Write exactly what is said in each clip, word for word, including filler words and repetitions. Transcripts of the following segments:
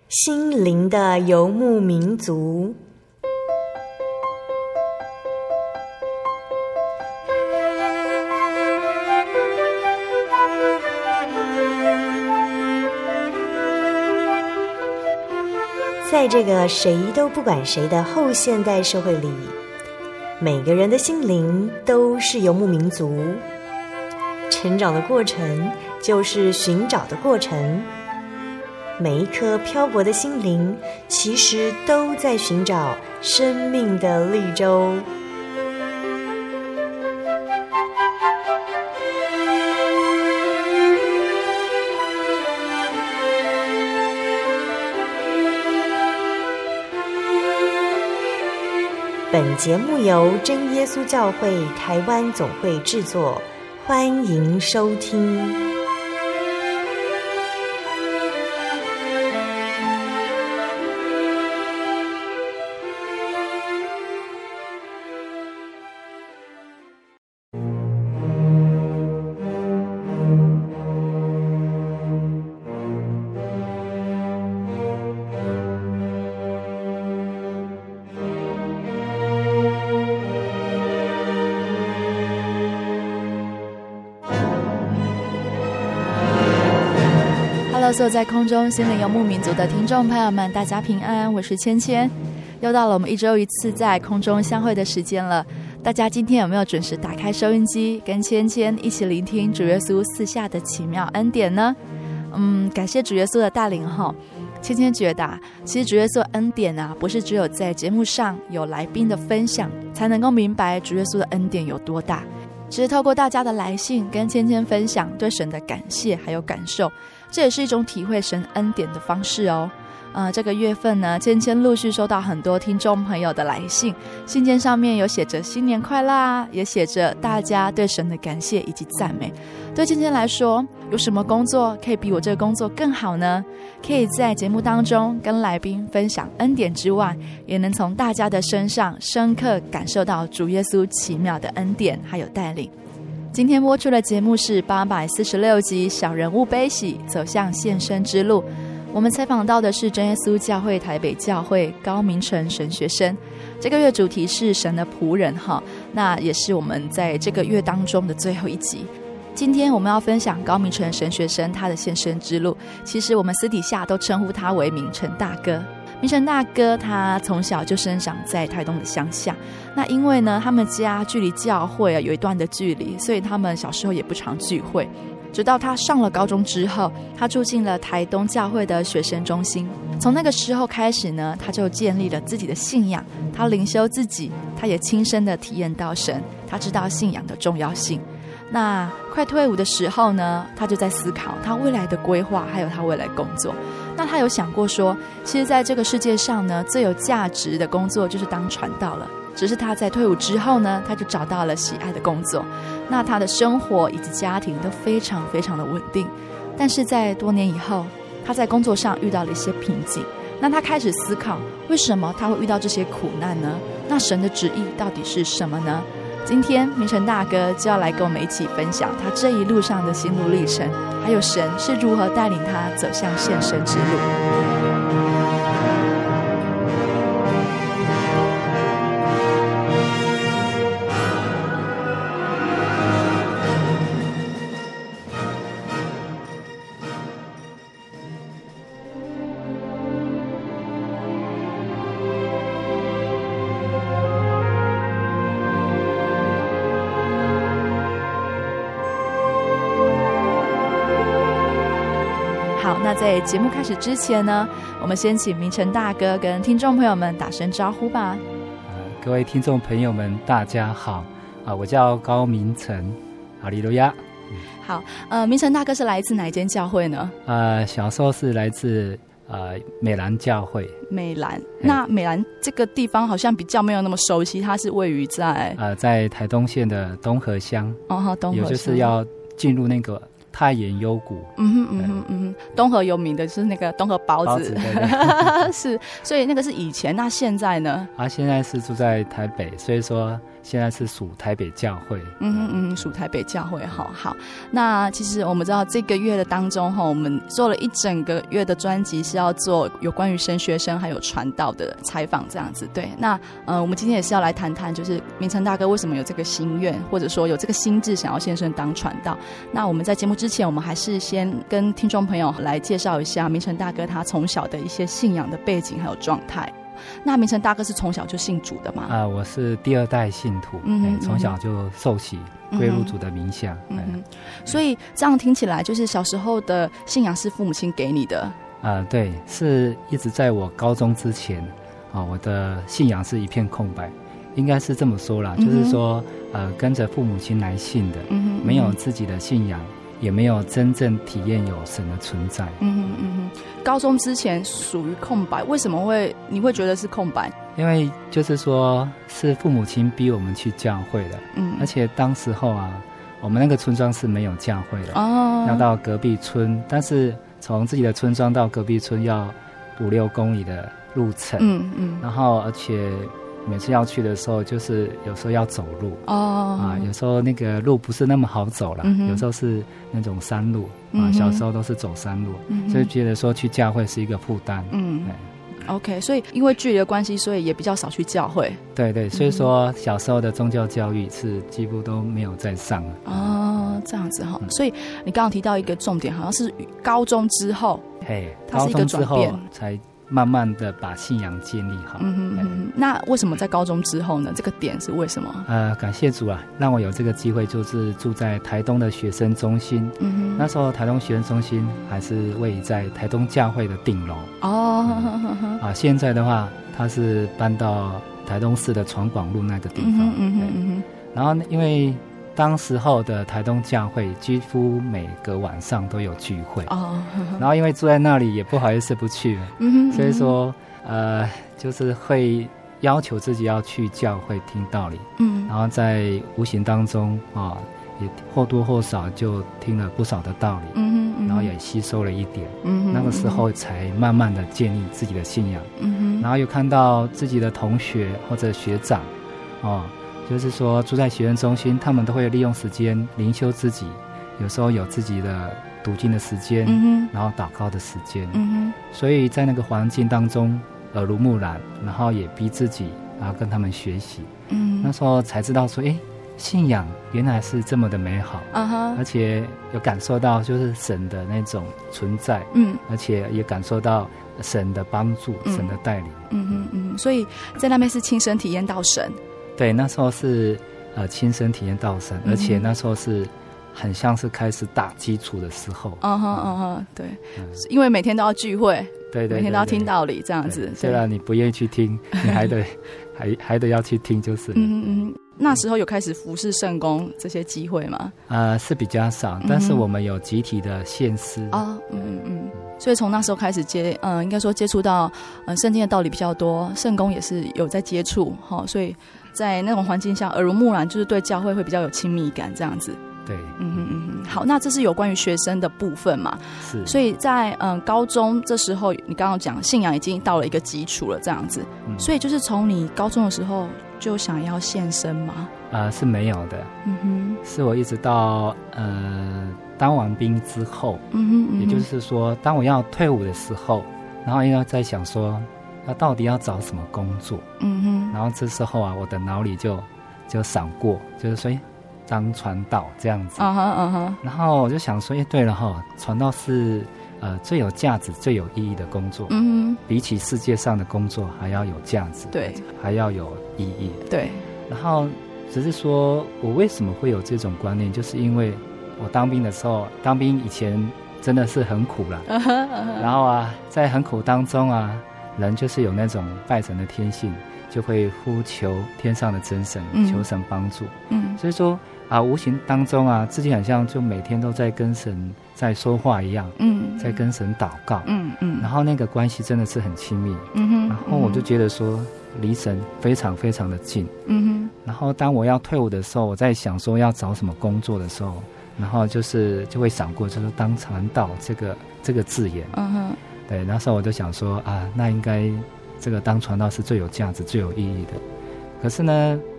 心灵的游牧民族。在这个谁都不管谁的后现代社会里，每个人的心灵都是游牧民族。成长的过程就是寻找的过程，每一颗漂泊的心灵其实都在寻找生命的绿洲。本节目由真耶稣教会台湾总会制作，欢迎收听。 所有在空中心灵游牧民族的听众朋友们，大家平安，我是芊芊。又到了我们一周一次在空中相会的时间了，大家今天有没有准时打开收音机，跟芊芊一起聆听主耶稣赐下的奇妙恩典呢？嗯，感谢主耶稣的带领哈。芊芊觉得啊，其实主耶稣的恩典啊，不是只有在节目上有来宾的分享才能够明白主耶稣的恩典有多大，只是透过大家的来信跟芊芊分享对神的感谢还有感受，这也是一种体会神恩典的方式哦。呃，这个月份呢，芊芊陆续收到很多听众朋友的来信，信件上面有写着新年快乐啊，也写着大家对神的感谢以及赞美。对芊芊来说，有什么工作可以比我这个工作更好呢？可以在节目当中跟来宾分享恩典之外，也能从大家的身上深刻感受到主耶稣奇妙的恩典还有带领。今天播出的节目是八百四十六集小人物悲喜走向献身之路。我们采访到的是真耶稣教会台北教会高明成神学生，这个月主题是神的仆人哈，那也是我们在这个月当中的最后一集。今天我们要分享高明成神学生他的献身之路，其实我们私底下都称呼他为明成大哥。明成大哥他从小就生长在台东的乡下，那因为呢他们家距离教会啊有一段的距离，所以他们小时候也不常聚会。直到他上了高中之后，他住进了台东教会的学生中心，从那个时候开始呢，他就建立了自己的信仰，他灵修自己，他也亲身的体验到神，他知道信仰的重要性。那快退伍的时候呢，他就在思考他未来的规划还有他未来工作。那他有想过说，其实在这个世界上呢，最有价值的工作就是当传道了，只是他在退伍之后呢，他就找到了喜爱的工作，那他的生活以及家庭都非常非常的稳定。但是在多年以后，他在工作上遇到了一些瓶颈，那他开始思考，为什么他会遇到这些苦难呢？那神的旨意到底是什么呢？今天明成大哥就要来跟我们一起分享他这一路上的心路历程，还有神是如何带领他走向献身之路。那在节目开始之前呢，我们先请明成大哥跟听众朋友们打声招呼吧。 呃、各位听众朋友们大家好、呃、我叫高明成，哈利路亚。 好，呃，明成大哥是来自哪一间教会呢？ 呃，小时候是来自呃美兰教会。 美兰，那美兰这个地方好像比较没有那么熟悉，它是位于在呃在台东县的东河乡。 哦，东河乡， 也就是要进入那个太原幽谷。 嗯哼嗯哼嗯哼，东河有名的是那个东河包子， 包子对对是，所以那个是以前，那现在呢？ 啊，现在是住在台北，所以说现在是属台北教会。 嗯嗯，属台北教会。好好，那其实我们知道这个月的当中哈，我们做了一整个月的专辑，是要做有关于神学生还有传道的采访这样子。对，那呃，我们今天也是要来谈谈，就是明成大哥为什么有这个心愿，或者说有这个心志想要献身当传道。那我们在节目之前，我们还是先跟听众朋友来介绍一下明成大哥他从小的一些信仰的背景还有状态。那明成大哥是从小就信主的吗？ 啊、呃，我是第二代信徒，嗯，从、欸、小就受洗归入主的名下。 嗯嗯，所以这样听起来，就是小时候的信仰是父母亲给你的。啊、 呃，对，是一直在我高中之前，啊、哦，我的信仰是一片空白，应该是这么说啦，嗯、就是说，呃，跟着父母亲来信的，嗯、没有自己的信仰。也没有真正体验有神的存在。 嗯哼嗯哼，高中之前属于空白，为什么会你会觉得是空白？ 因为就是说是父母亲逼我们去教会的，嗯，而且当时候啊，我们那个村庄是没有教会的，哦，要到隔壁村，但是从自己的村庄到隔壁村要五六公里的路程，嗯嗯，然后而且每次要去的时候，就是有时候要走路哦，啊，有时候那个路不是那么好走了，嗯，有时候是那种山路啊，嗯，小时候都是走山路，嗯，所以觉得说去教会是一个负担，嗯 ，OK， 所以因为距离的关系，所以也比较少去教会。 对对，所以说小时候的宗教教育是几乎都没有在上了。 哦，这样子哈，嗯，所以你刚刚提到一个重点，好像是高中之后， 嘿，它是一个转变，才慢慢的把信仰建立好。嗯哼嗯，那为什么在高中之后呢？这个点是为什么？ 呃，感谢主啊，让我有这个机会，就是住在台东的学生中心。嗯哼，那时候台东学生中心还是位在台东教会的顶楼。哦，嗯，啊，现在的话，它是搬到台东市的传广路那个地方。嗯嗯嗯嗯，然后因为当时候的台东教会几乎每个晚上都有聚会哦，然后因为住在那里也不好意思不去，嗯，所以说呃就是会要求自己要去教会听道理，嗯，然后在无形当中啊，也或多或少就听了不少的道理，嗯嗯，然后也吸收了一点，嗯，那个时候才慢慢的建立自己的信仰，嗯，然后又看到自己的同学或者学长哦，就是说住在学生中心，他们都会利用时间灵修自己，有时候有自己的读经的时间，嗯，然后祷告的时间，嗯，所以在那个环境当中耳濡目染，然后也逼自己，然后跟他们学习，嗯，那时候才知道说，哎，信仰原来是这么的美好，啊哈，而且有感受到就是神的那种存在，嗯，而且也感受到神的帮助，嗯，神的带领， 嗯嗯嗯，所以在那边是亲身体验到神。 对，那时候是呃亲身体验到神，嗯，而且那时候是很像是开始打基础的时候。 嗯哼嗯哼，对，嗯，因为每天都要聚会， 对 对, 对, 对， 每天都要听道理这样子。 虽然你不愿意去听，你还得还还得要去听，就是了。 嗯嗯，那时候有开始服侍圣工这些机会吗？ 呃，是比较少，但是我们有集体的献诗啊， 嗯嗯嗯。所以从那时候开始接，嗯，应该说接触到呃圣经的道理比较多，圣工也是有在接触，哈，所以在那种环境下耳濡目染，就是对教会会比较有亲密感这样子。 对， 嗯哼嗯哼，好，那这是有关于学生的部分嘛？ 是， 所以在嗯高中这时候，你刚刚讲信仰已经到了一个基础了，这样子，嗯，所以就是从你高中的时候就想要献身吗？ 呃，是没有的，嗯哼，是我一直到呃当完兵之后，嗯哼，嗯哼，也就是说，当我要退伍的时候，然后要在想说，那到底要找什么工作？嗯哼，然后这时候啊，我的脑里就就闪过，就是说，当传道这样子，啊哈啊哈，然后我就想说，哎，对了哈，传道是呃最有价值、最有意义的工作，嗯哼，比起世界上的工作还要有价值， 对， 还要有意义， 对。然后只是说我为什么会有这种观念，就是因为我当兵的时候，当兵以前真的是很苦了，啊哈啊哈，然后啊，在很苦当中啊，人就是有那种拜神的天性，就会呼求天上的真神，嗯，求神帮助，嗯，所以说。啊，无形当中啊，自己好像就每天都在跟神在说话一样，嗯，在跟神祷告，嗯嗯，然后那个关系真的是很亲密，嗯哼，然后我就觉得说离神非常非常的近，嗯哼，然后当我要退伍的时候，我在想说要找什么工作的时候，然后就是就会闪过就是当传道这个这个字眼，嗯哼，对，那时候我就想说啊，那应该这个当传道是最有价值、最有意义的，可是呢。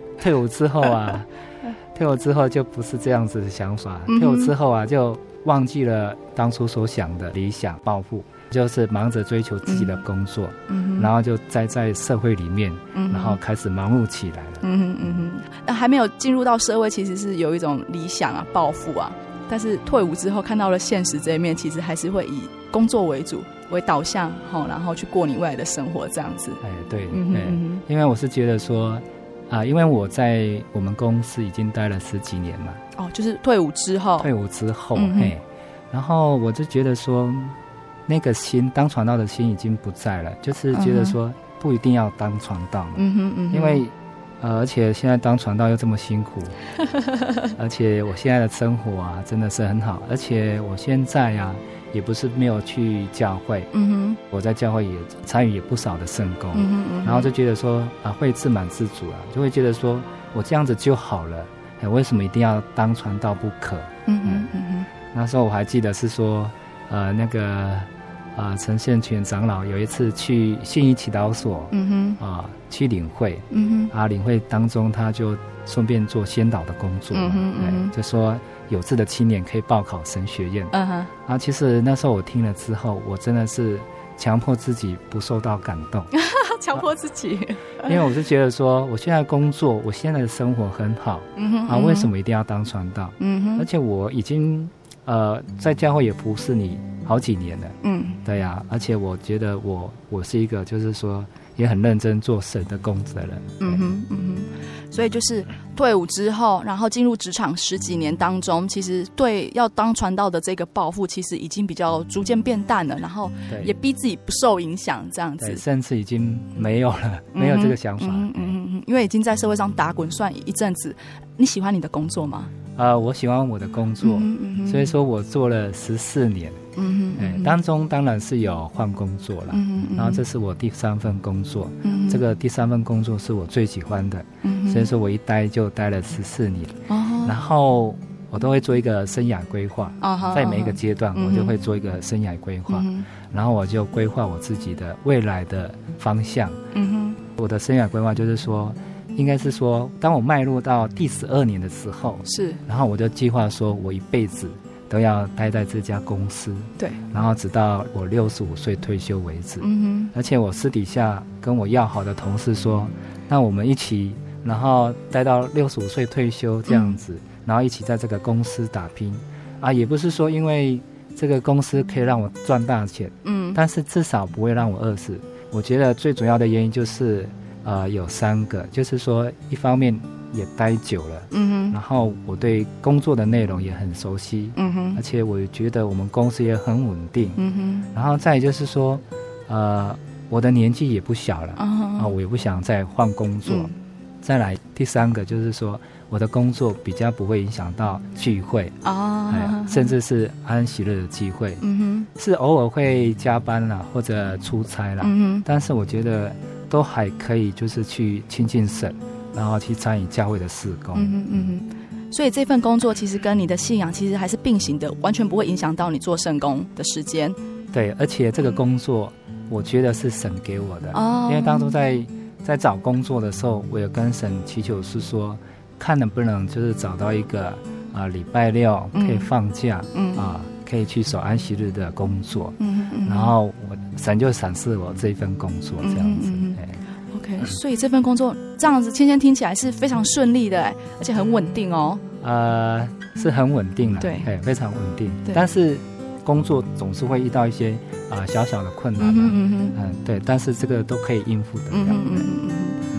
退伍之后啊，退伍之后就不是这样子的想法。嗯、退伍之后啊，就忘记了当初所想的理想抱负，就是忙着追求自己的工作，嗯、然后就栽在社会里面，嗯、然后开始忙碌起来了。 嗯哼嗯哼，那还没有进入到社会，其实是有一种理想啊、抱负啊，但是退伍之后看到了现实这一面，其实还是会以工作为主为导向，然后去过你未来的生活这样子。 哎，对，嗯嗯，因为我是觉得说啊、呃，因为我在我们公司已经待了十几年嘛。 哦，就是退伍之后。退伍之后，嗯、哎，然后我就觉得说，那个心当传道的心已经不在了，就是觉得说不一定要当传道嘛。嗯哼嗯哼，因为。呃，而且现在当传道又这么辛苦，而且我现在的生活啊，真的是很好。而且我现在啊，也不是没有去教会，嗯哼，我在教会也参与也不少的圣工，嗯哼嗯哼，然后就觉得说啊，会自满自足啊，就会觉得说我这样子就好了，哎，为什么一定要当传道不可？嗯哼嗯哼，那时候我还记得是说，呃，那个。啊、呃，陈宪全长老有一次去信义祈祷所，嗯哼，啊、呃，去领会，嗯哼，啊，领会当中他就顺便做宣导的工作，嗯哼，嗯就说有志的青年可以报考神学院，嗯哼，啊，其实那时候我听了之后，我真的是强迫自己不受到感动， 强迫自己， 因为我是觉得说，我现在工作，我现在的生活很好，嗯哼，啊，为什么一定要当传道？嗯哼，而且我已经呃在教会也服侍你好几年了，嗯，对呀、啊，而且我觉得我我是一个就是说也很认真做神的工作的人，嗯哼嗯哼，所以就是退伍之后，然后进入职场十几年当中，其实对要当传道的这个抱负，其实已经比较逐渐变淡了，然后也逼自己不受影响，这样子， 甚至已经没有了，没有这个想法，嗯嗯嗯，因为已经在社会上打滚算一阵子。你喜欢你的工作吗？ 呃，我喜欢我的工作，嗯嗯嗯，所以说我做了十四年，嗯嗯，哎，当中当然是有换工作了，嗯嗯，然后这是我第三份工作，嗯，这个第三份工作是我最喜欢的，嗯，所以说我一待就待了十四年，哦，然后我都会做一个生涯规划，哦，在每一个阶段我就会做一个生涯规划，嗯，然后我就规划我自己的未来的方向，嗯哼，我的生涯规划就是说。应该是说，当我迈入到第十二年的时候，是，然后我就计划说，我一辈子都要待在这家公司，对，然后直到我六十五岁退休为止。嗯哼，而且我私底下跟我要好的同事说，那我们一起，然后待到六十五岁退休这样子，嗯，然后一起在这个公司打拼。啊，也不是说因为这个公司可以让我赚大钱，嗯，但是至少不会让我饿死。我觉得最主要的原因就是。呃，有三个，就是说，一方面也待久了，嗯哼，然后我对工作的内容也很熟悉，嗯哼，而且我觉得我们公司也很稳定，嗯哼，然后再就是说，呃，我的年纪也不小了，啊，我也不想再换工作，嗯，再来第三个就是说，我的工作比较不会影响到聚会啊，哎，甚至是安息日的机会，嗯哼，是偶尔会加班啦或者出差啦，嗯哼，但是我觉得。都还可以，就是去亲近神，然后去参与教会的事工。嗯哼嗯哼，所以这份工作其实跟你的信仰其实还是并行的，完全不会影响到你做圣工的时间。 对，而且这个工作，我觉得是神给我的。哦，因为当初在在找工作的时候，我有跟神祈求，是说看能不能就是找到一个啊礼拜六可以放假，嗯啊。可以去守安息日的工作，嗯嗯，然后我神就赏赐我这一份工作这样子，嗯嗯嗯 OK， 所以这份工作这样子，芊芊听起来是非常顺利的，而且很稳定哦。 呃，是很稳定了，对，非常稳定。但是工作总是会遇到一些啊、呃、小小的困难，嗯嗯嗯，嗯，对，但是这个都可以应付的，嗯嗯嗯嗯。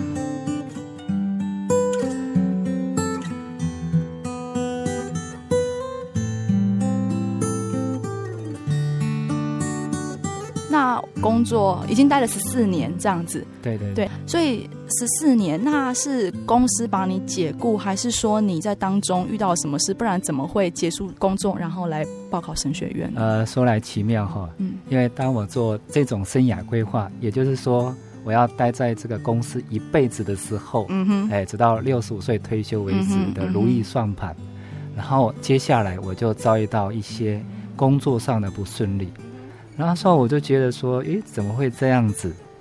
那工作已经待了十四年这样子， 对对对，所以十四年，那是公司把你解雇，还是说你在当中遇到了什么事？不然怎么会结束工作，然后来报考神学院？ 呃，说来奇妙哈，嗯，因为当我做这种生涯规划，也就是说我要待在这个公司一辈子的时候，嗯哼，哎，直到六十五岁退休为止的如意算盘，嗯嗯，然后接下来我就遭遇到一些工作上的不顺利。然后说我就觉得说，诶，怎么会这样子？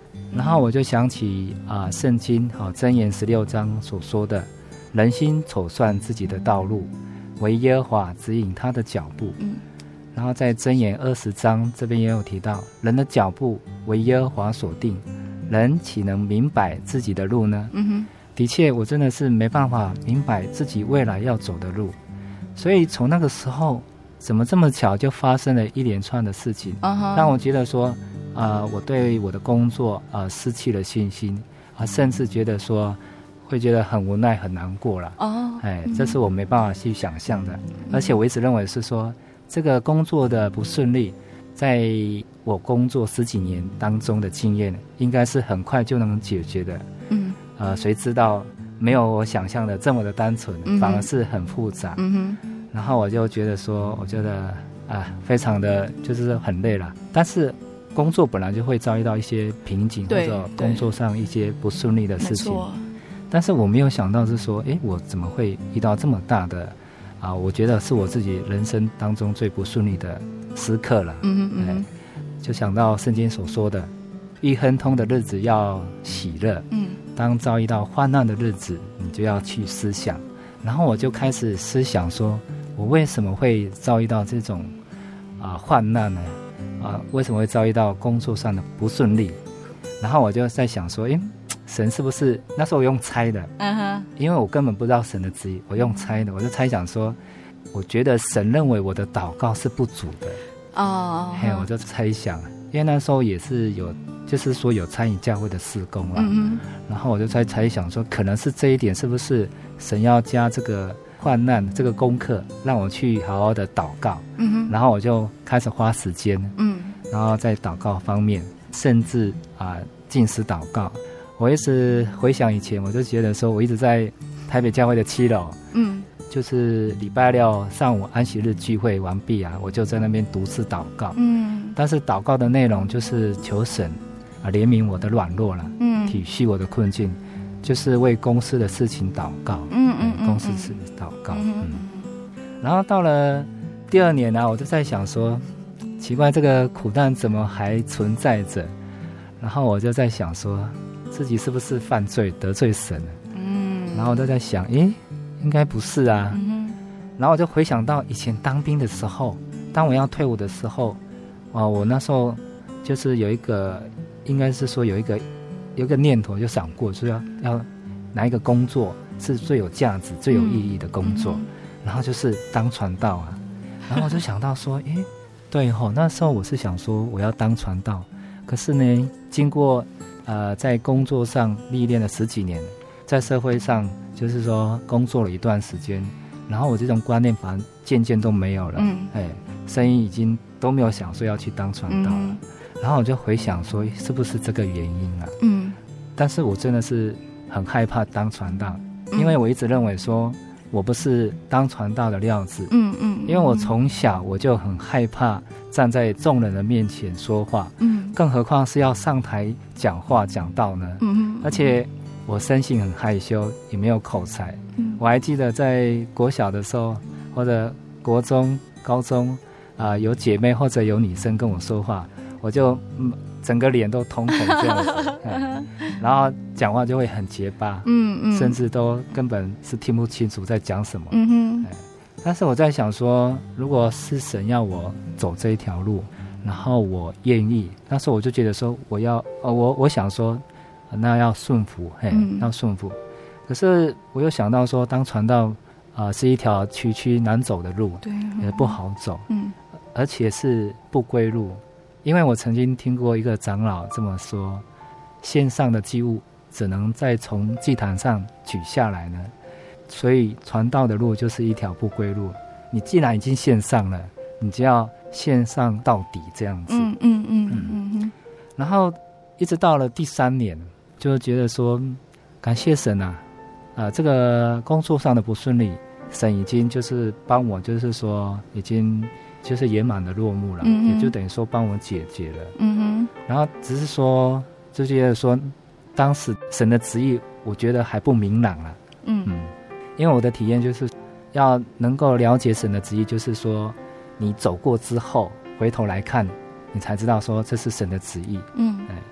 然后我就想起啊、呃，圣经啊箴言十六章所说的，人心筹算自己的道路，唯耶和华指引他的脚步。嗯，然后在箴言二十章这边也有提到，人的脚步为耶和华所定，人岂能明白自己的路呢？嗯哼，的确，我真的是没办法明白自己未来要走的路，所以从那个时候，怎么这么巧就发生了一连串的事情， uh-huh. 让我觉得说，呃，我对我的工作呃失去了信心啊、呃，甚至觉得说会觉得很无奈、很难过了。哦，哎，这是我没办法去想象的。嗯、而且我一直认为是说，这个工作的不顺利，在我工作十几年当中的经验，应该是很快就能解决的。嗯，呃，谁知道没有我想象的这么的单纯，嗯、反而是很复杂。嗯哼，然后我就觉得说，我觉得啊，非常的就是很累了，但是。工作本来就会遭遇到一些瓶颈，或者工作上一些不顺利的事情，但是我没有想到是说，哎，我怎么会遇到这么大的啊？我觉得是我自己人生当中最不顺利的时刻了。嗯嗯嗯，就想到圣经所说的，遇亨通的日子要喜乐，嗯，当遭遇到患难的日子，你就要去思想。然后我就开始思想说，我为什么会遭遇到这种啊患难呢？啊，为什么会遭遇到工作上的不顺利？然后我就在想说，诶，神是不是那时候我用猜的？嗯哼，因为我根本不知道神的旨意，我用猜的，我就猜想说，我觉得神认为我的祷告是不足的。哦，嘿，我就猜想，因为那时候也是有，就是说有参与教会的事工啦。嗯，然后我就在猜想说，可能是这一点，是不是神要加这个患难这个功课，让我去好好的祷告。嗯哼，然后我就开始花时间。嗯。然后在祷告方面，甚至啊禁食祷告，我一直回想以前，我就觉得说，我一直在台北教会的七楼，嗯，就是礼拜六上午安息日聚会完毕啊，我就在那边独自祷告，嗯，但是祷告的内容就是求神啊怜悯我的软弱了，嗯，体恤我的困境，就是为公司的事情祷告，嗯嗯，嗯公司事祷告，嗯，嗯然后到了第二年呢、啊，我就在想说。奇怪，这个苦难怎么还存在着？然后我就在想说，自己是不是犯罪得罪神了？嗯，然后我就在想，诶，应该不是啊。嗯、然后我就回想到以前当兵的时候，当我要退伍的时候，啊，我那时候就是有一个，应该是说有一个有一个念头就闪过，就是要要哪一个工作是最有价值、最有意义的工作，嗯、然后就是当传道啊。然后我就想到说，诶。对吼，那时候我是想说我要当传道，可是呢，经过呃在工作上历练了十几年，在社会上就是说工作了一段时间，然后我这种观念反而渐渐都没有了，嗯，哎，声音已经都没有想说要去当传道了，嗯、然后我就回想说是不是这个原因啊？嗯，但是我真的是很害怕当传道，因为我一直认为说。我不是当传道的料子，嗯嗯，因为我从小我就很害怕站在众人的面前说话，嗯，更何况是要上台讲话讲道呢，嗯嗯，而且我生性很害羞，也没有口才，嗯，我还记得在国小的时候或者国中、高中啊、呃，有姐妹或者有女生跟我说话，我就嗯。整个脸都通红这样子、嗯，然后讲话就会很结巴，嗯嗯，甚至都根本是听不清楚在讲什么，嗯哼、嗯。但是我在想说，如果是神要我走这一条路，然后我愿意，那时候我就觉得说，我要，呃，我我想说，那要顺服，嘿，嗯、要顺服。可是我又想到说，当传道啊、呃、是一条崎岖难走的路，对，也不好走，嗯，而且是不归路。因为我曾经听过一个长老这么说，线上的祭物只能再从祭坛上取下来呢，所以传道的路就是一条不归路。你既然已经线上了，你就要线上到底这样子。嗯嗯嗯嗯嗯。然后一直到了第三年，就觉得说，感谢神啊，啊、呃，这个工作上的不顺利，神已经就是帮我，就是说已经。就是圆满的落幕了、嗯，也就等于说帮我解决了。嗯哼。然后只是说，就觉得说，当时神的旨意，我觉得还不明朗了。嗯嗯。因为我的体验就是，要能够了解神的旨意，就是说，你走过之后回头来看，你才知道说这是神的旨意。嗯。哎，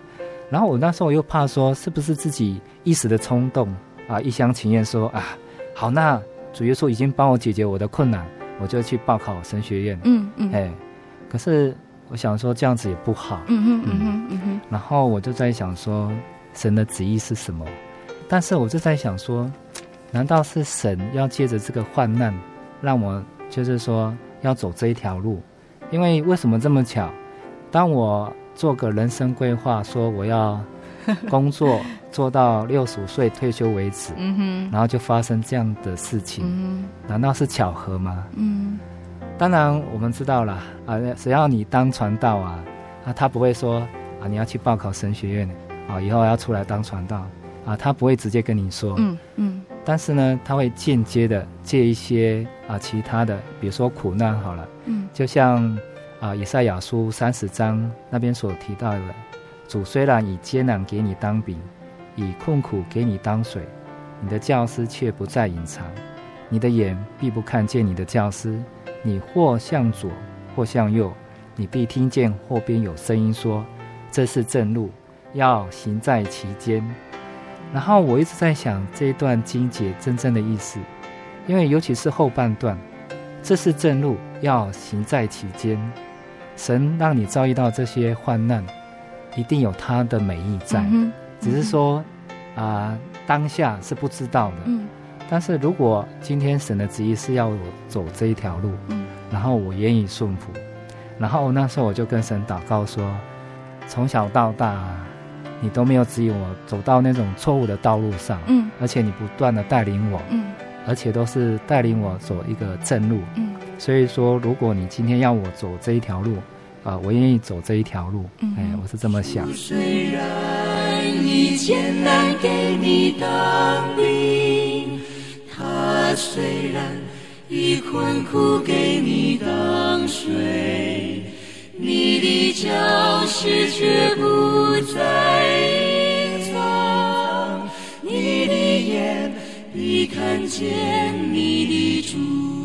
然后我那时候又怕说是不是自己一时的冲动啊，一厢情愿说啊，好，那主耶稣已经帮我解决我的困难，我就去报考神学院。嗯嗯，哎，可是我想说这样子也不好。嗯哼嗯哼嗯哼。然后我就在想说，神的旨意是什么？但是我就在想说，难道是神要借着这个患难，让我就是说要走这一条路？因为为什么这么巧？当我做个人生规划，说我要工作做到六十五岁退休为止，嗯哼，然后就发生这样的事情，嗯，难道是巧合吗？嗯，当然我们知道了啊，只要你当传道啊，啊，他不会说啊你要去报考神学院啊，以后要出来当传道啊，他不会直接跟你说，嗯嗯，但是呢，他会间接的借一些啊其他的，比如说苦难好了，嗯，就像啊以赛亚书三十章那边所提到的。主虽然以艰难给你当饼，以困苦给你当水，你的教师却不再隐藏，你的眼必不看见你的教师，你或向左或向右，你必听见后边有声音说，这是正路，要行在其间。然后我一直在想这一段经节真正的意思，因为尤其是后半段，这是正路，要行在其间。神让你遭遇到这些患难，一定有他的美意在，嗯、只是说啊、呃，当下是不知道的。嗯，但是如果今天神的旨意是要我走这一条路，嗯，然后我愿意顺服，然后那时候我就跟神祷告说，从小到大，你都没有指引我走到那种错误的道路上，嗯，而且你不断的带领我，嗯，而且都是带领我走一个正路，嗯，所以说，如果你今天要我走这一条路。啊、呃，我愿意走这一条路，嗯、哎，我是这么想。 虽然以艰难给你当饼，他虽然以困苦给你当水，你的教师却不再隐藏，你的眼必看见你的主。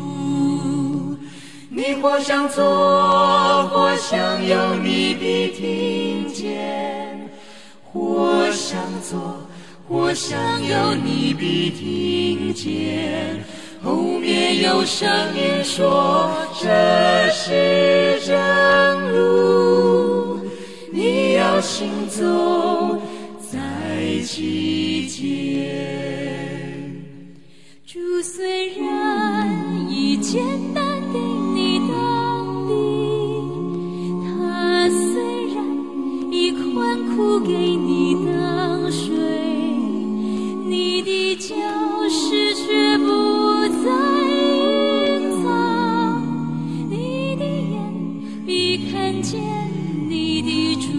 你或向左，或向右，你必听见；或向左，或向右，你必听见。后面有声音说：“这是正路，你要行走在其间。”主虽然以艰难给你当饼，他虽然以困苦给你当水，你的教师却不再隐藏，你的眼必看见你的主。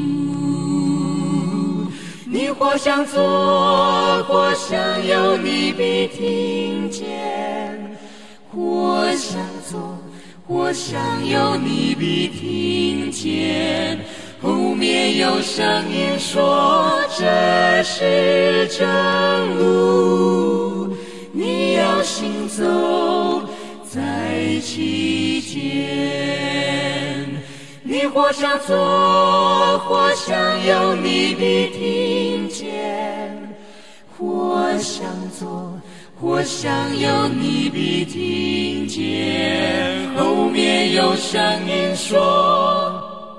你或向左，或向右，你必听见；或向左，或向右，你必听见。后面有声音说：“这是正路，你要行走在其间。”你或向左，或向右，你必听见；或向左，或向右，你必听见。后面有声音说：“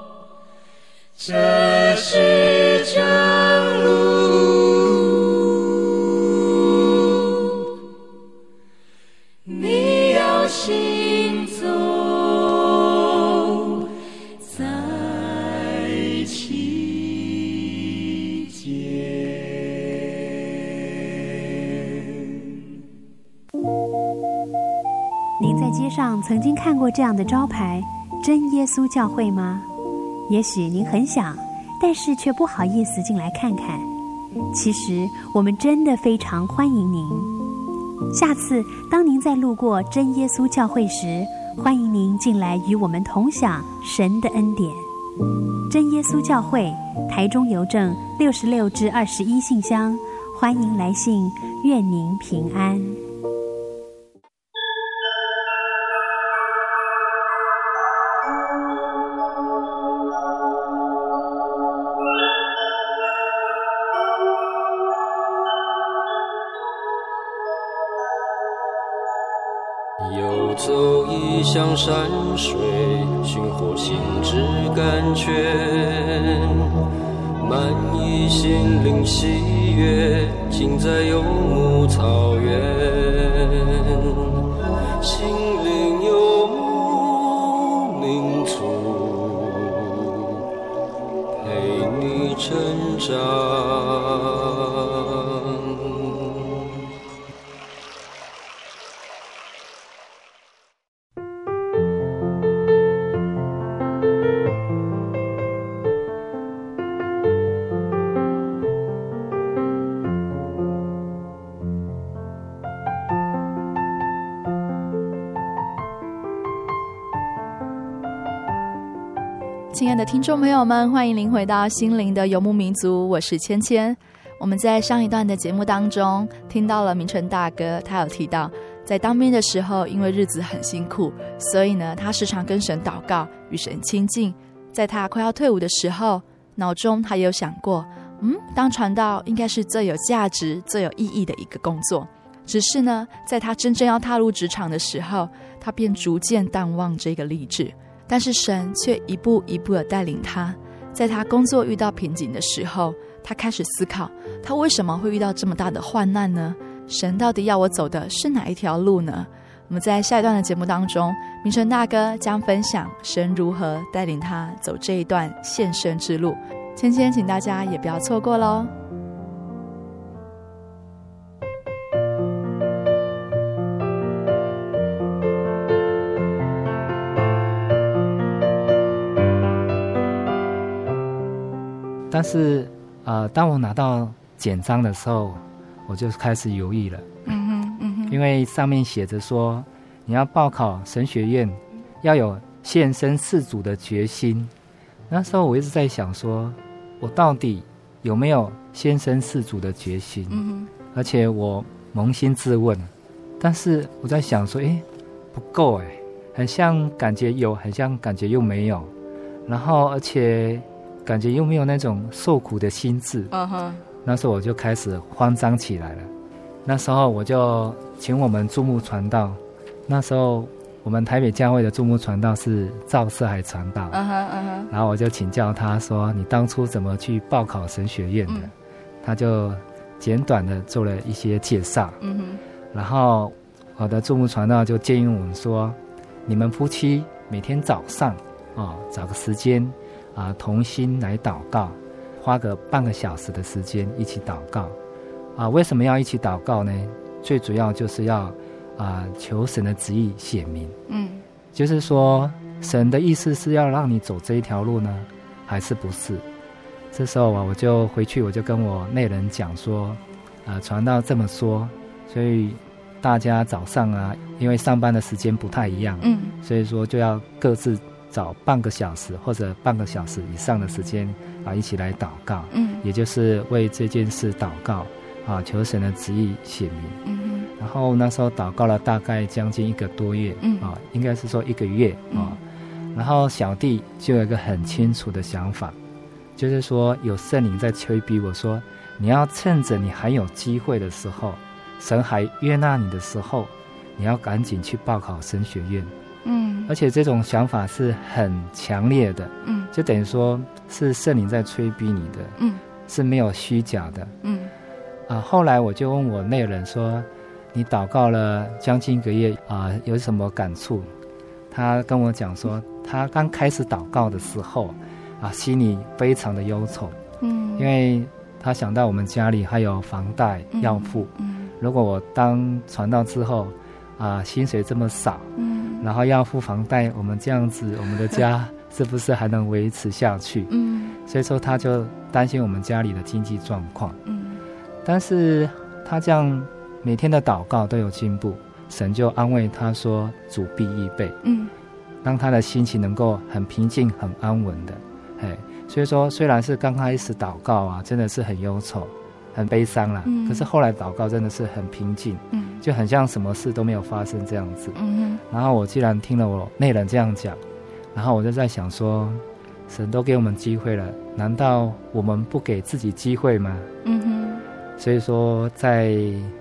这是正路，你要行走在其间。” 您在街上曾经看过这样的招牌“真耶稣教会”吗？也许您很想，但是却不好意思进来看看。其实我们真的非常欢迎您。下次当您在路过真耶稣教会时，欢迎您进来与我们同享神的恩典。真耶稣教会，台中邮政六十六至二十一信箱，欢迎来信，愿您平安。 走异乡山水，寻获心之甘泉，满溢心灵喜悦，尽在游牧草原。心灵游牧民族，陪你成长。 亲爱的听众朋友们，欢迎您回到心灵的游牧民族，我是芊芊。我们在上一段的节目当中听到了明成大哥，他有提到在当兵的时候，因为日子很辛苦，所以呢他时常跟神祷告，与神亲近。在他快要退伍的时候，脑中他也有想过，嗯，当传道应该是最有价值最有意义的一个工作。只是呢在他真正要踏入职场的时候，他便逐渐淡忘这个立志。但是神却一步一步地带领他，在他工作遇到瓶颈的时候，他开始思考，他为什么会遇到这么大的患难呢？神到底要我走的是哪一条路呢？我们在下一段的节目当中，明成大哥将分享神如何带领他走这一段献身之路。芊芊请大家也不要错过咯。 但是呃，当我拿到简章的时候，我就开始犹豫了。嗯哼嗯哼，因为上面写着说，你要报考神学院，要有献身事主的决心。那时候我一直在想说，我到底有没有献身事主的决心？嗯哼，而且我扪心自问，但是我在想说，哎，不够哎，很像感觉有，很像感觉又没有。然后而且感觉又没有那种受苦的心志。Uh-huh. 那时候我就开始慌张起来了。那时候我就请我们驻牧传道，那时候我们台北教会的驻牧传道是赵世海传道。Uh-huh, uh-huh. 然后我就请教他说，你当初怎么去报考神学院的？嗯、他就简短的做了一些介绍。Uh-huh. 然后我的驻牧传道就建议我们说，你们夫妻每天早上、哦、找个时间啊，同心来祷告，花个半个小时的时间一起祷告啊。为什么要一起祷告呢？最主要就是要啊求神的旨意显明。嗯，就是说神的意思是要让你走这一条路呢，还是不是？这时候啊，我就回去我就跟我内人讲说，啊传道这么说，所以大家早上啊，因为上班的时间不太一样，嗯，所以说就要各自找半个小时或者半个小时以上的时间啊，一起来祷告，嗯，也就是为这件事祷告啊，求神的旨意显明。嗯，然后那时候祷告了大概将近一个多月，嗯啊，应该是说一个月啊。嗯、然后小弟就有一个很清楚的想法，就是说有圣灵在催逼我说，你要趁着你还有机会的时候，神还悦纳你的时候，你要赶紧去报考神学院。嗯，而且这种想法是很强烈的，嗯，就等于说是圣灵在催逼你的，嗯，是没有虚假的，嗯，啊，后来我就问我内人说，你祷告了将近一个月啊，有什么感触？他跟我讲说，他刚开始祷告的时候啊，心里非常的忧愁，嗯，因为他想到我们家里还有房贷要付，嗯，嗯如果我当传道之后啊，薪水这么少，嗯。然后要付房贷，我们这样子，我们的家是不是还能维持下去？嗯，所以说他就担心我们家里的经济状况。嗯，但是他这样每天的祷告都有进步，神就安慰他说：“主必预备。”嗯，让他的心情能够很平静、很安稳的。哎，所以说虽然是刚开始祷告啊，真的是很忧愁、很悲伤啦，嗯，可是后来祷告真的是很平静。嗯。就很像什么事都没有发生这样子，嗯，然后我既然听了我内人这样讲，然后我就在想说，神都给我们机会了，难道我们不给自己机会吗？嗯哼，所以说在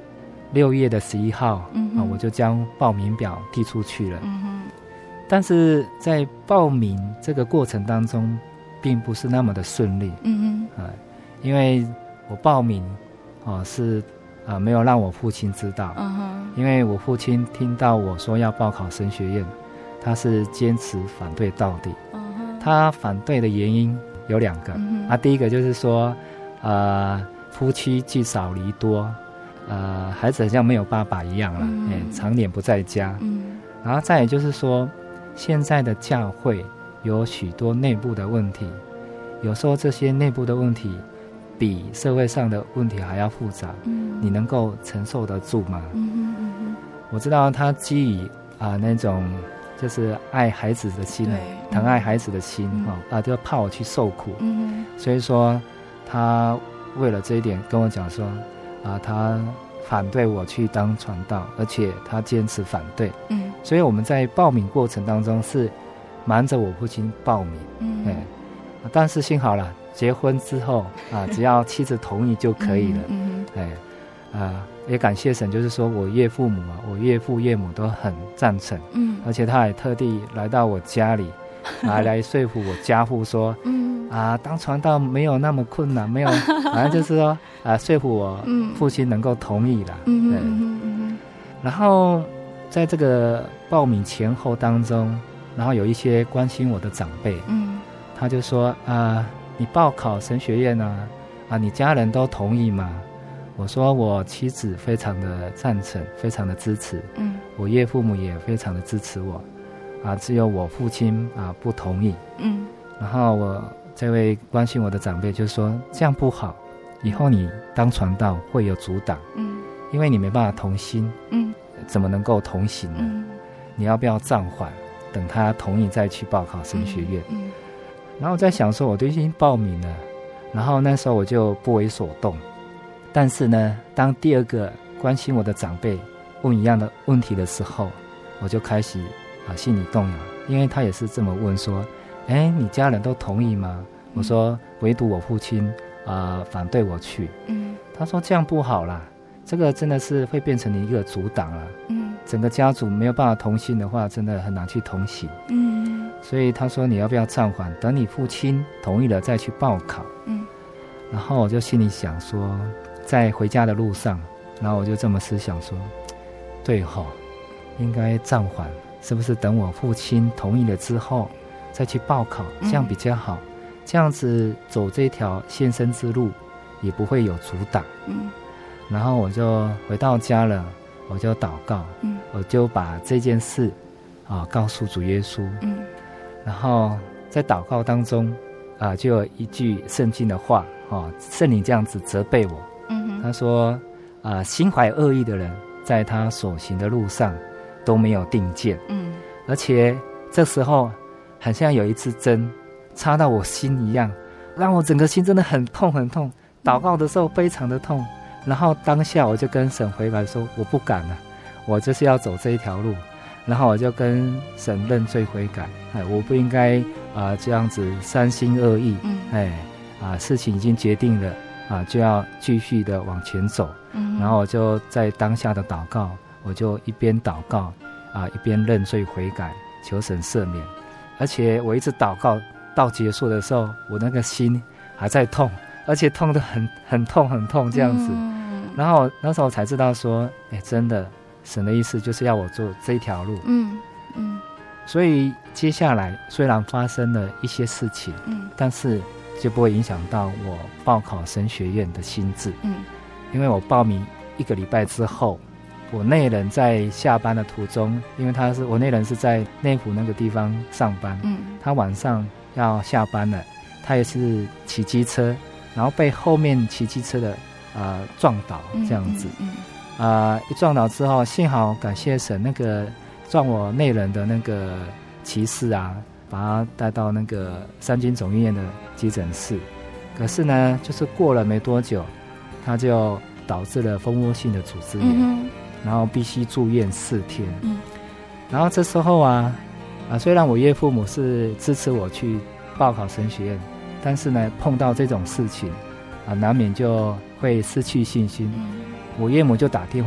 六月的十一号、嗯啊、我就将报名表递出去了、嗯、但是在报名这个过程当中并不是那么的顺利、嗯啊、因为我报名、啊、是、啊、没有让我父亲知道、嗯、因为我父亲听到我说要报考神学院，他是坚持反对到底、嗯、他反对的原因有两个、嗯啊、第一个就是说呃，夫妻聚少离多，呃，孩子好像没有爸爸一样了、嗯欸、常年不在家、嗯、然后再也就是说现在的教会有许多内部的问题，有时候这些内部的问题比社会上的问题还要复杂、嗯、你能够承受得住吗？嗯嗯嗯、我知道他基于、呃、那种就是爱孩子的心，疼爱孩子的心、嗯哦、啊，就怕我去受苦、嗯、所以说他为了这一点跟我讲说啊，他反对我去当传道，而且他坚持反对、嗯、所以我们在报名过程当中是瞒着我父亲报名、嗯哎、但是幸好了结婚之后啊，只要妻子同意就可以了、嗯嗯哎啊，也感谢神，就是说我岳父母啊，我岳父岳母都很赞成、嗯、而且他还特地来到我家里来来说服我家父说、嗯、啊，当传道没有那么困难，没有，反正就是说啊，说服我父亲能够同意啦、嗯、对、嗯嗯、然后在这个报名前后当中，然后有一些关心我的长辈、嗯、他就说啊，你报考神学院啊，啊，你家人都同意吗？我说我妻子非常的赞成，非常的支持、嗯、我岳父母也非常的支持我啊，只有我父亲啊不同意。嗯，然后我这位关心我的长辈就说这样不好，以后你当传道会有阻挡，嗯，因为你没办法同心，嗯，怎么能够同行呢？嗯，你要不要暂缓，等他同意再去报考神学院？嗯，嗯然后我在想说我都已经报名了，然后那时候我就不为所动。但是呢，当第二个关心我的长辈问一样的问题的时候，我就开始啊心里动摇，因为他也是这么问说，哎，你家人都同意吗？嗯、我说唯独我父亲啊、呃、反对我去。嗯，他说这样不好啦，这个真的是会变成一个阻挡了。嗯，整个家族没有办法同心的话，真的很难去同行。嗯，所以他说你要不要暂缓，等你父亲同意了再去报考。嗯，然后我就心里想说。在回家的路上，然后我就这么思想说，对吼，应该暂缓，是不是等我父亲同意了之后再去报考，这样比较好、嗯、这样子走这条献身之路也不会有阻挡。嗯，然后我就回到家了，我就祷告，嗯，我就把这件事啊告诉主耶稣。嗯，然后在祷告当中啊，就有一句圣经的话啊，圣灵这样子责备我。他说啊、呃，心怀恶意的人在他所行的路上都没有定见。嗯，而且这时候好像有一支针插到我心一样，让我整个心真的很痛很痛，祷告的时候非常的痛。然后当下我就跟神悔改说我不敢了，我就是要走这一条路。然后我就跟神认罪悔改，哎，我不应该啊、呃、这样子三心二意。嗯，哎啊、呃，事情已经决定了。啊，就要继续的往前走、嗯、然后我就在当下的祷告，我就一边祷告啊，一边认罪悔改，求神赦免。而且我一直祷告到结束的时候，我那个心还在痛，而且痛得很很痛很痛这样子、嗯、然后那时候我才知道说，哎，真的神的意思就是要我做这一条路。嗯嗯，所以接下来虽然发生了一些事情，嗯，但是就不会影响到我报考神学院的心志。嗯，因为我报名一个礼拜之后，我内人在下班的途中，因为他是我内人是在内湖那个地方上班，嗯，他晚上要下班了，他也是骑机车，然后被后面骑机车的呃撞倒这样子。嗯，嗯嗯呃一撞倒之后，幸好感谢神，那个撞我内人的那个骑士啊，把他带到那个三军总医院的急诊室，可是呢，就是过了没多久，他就导致了蜂窝性的组织炎、嗯，然后必须住院四天。嗯，然后这时候啊，啊，虽然我岳父母是支持我去报考神学院，但是呢，碰到这种事情啊，难免就会失去信心。嗯，我岳母就打电话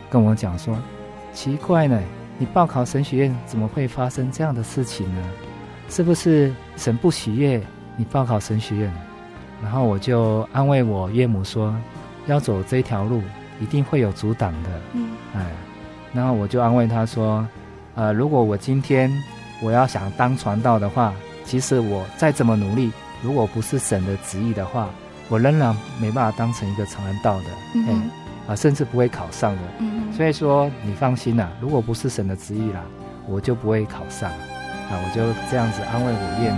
跟我讲说，奇怪呢，你报考神学院怎么会发生这样的事情呢？是不是神不喜悦你报考神学院？然后我就安慰我岳母说，要走这条路一定会有阻挡的。嗯，哎，然后我就安慰他说，呃，如果我今天我要想当传道的话，其实我再怎么努力，如果不是神的旨意的话，我仍然没办法当成一个传道的。嗯，哎，啊，甚至不会考上的。嗯，所以说你放心啦，如果不是神的旨意啦，我就不会考上。啊，我就这样子安慰我岳母。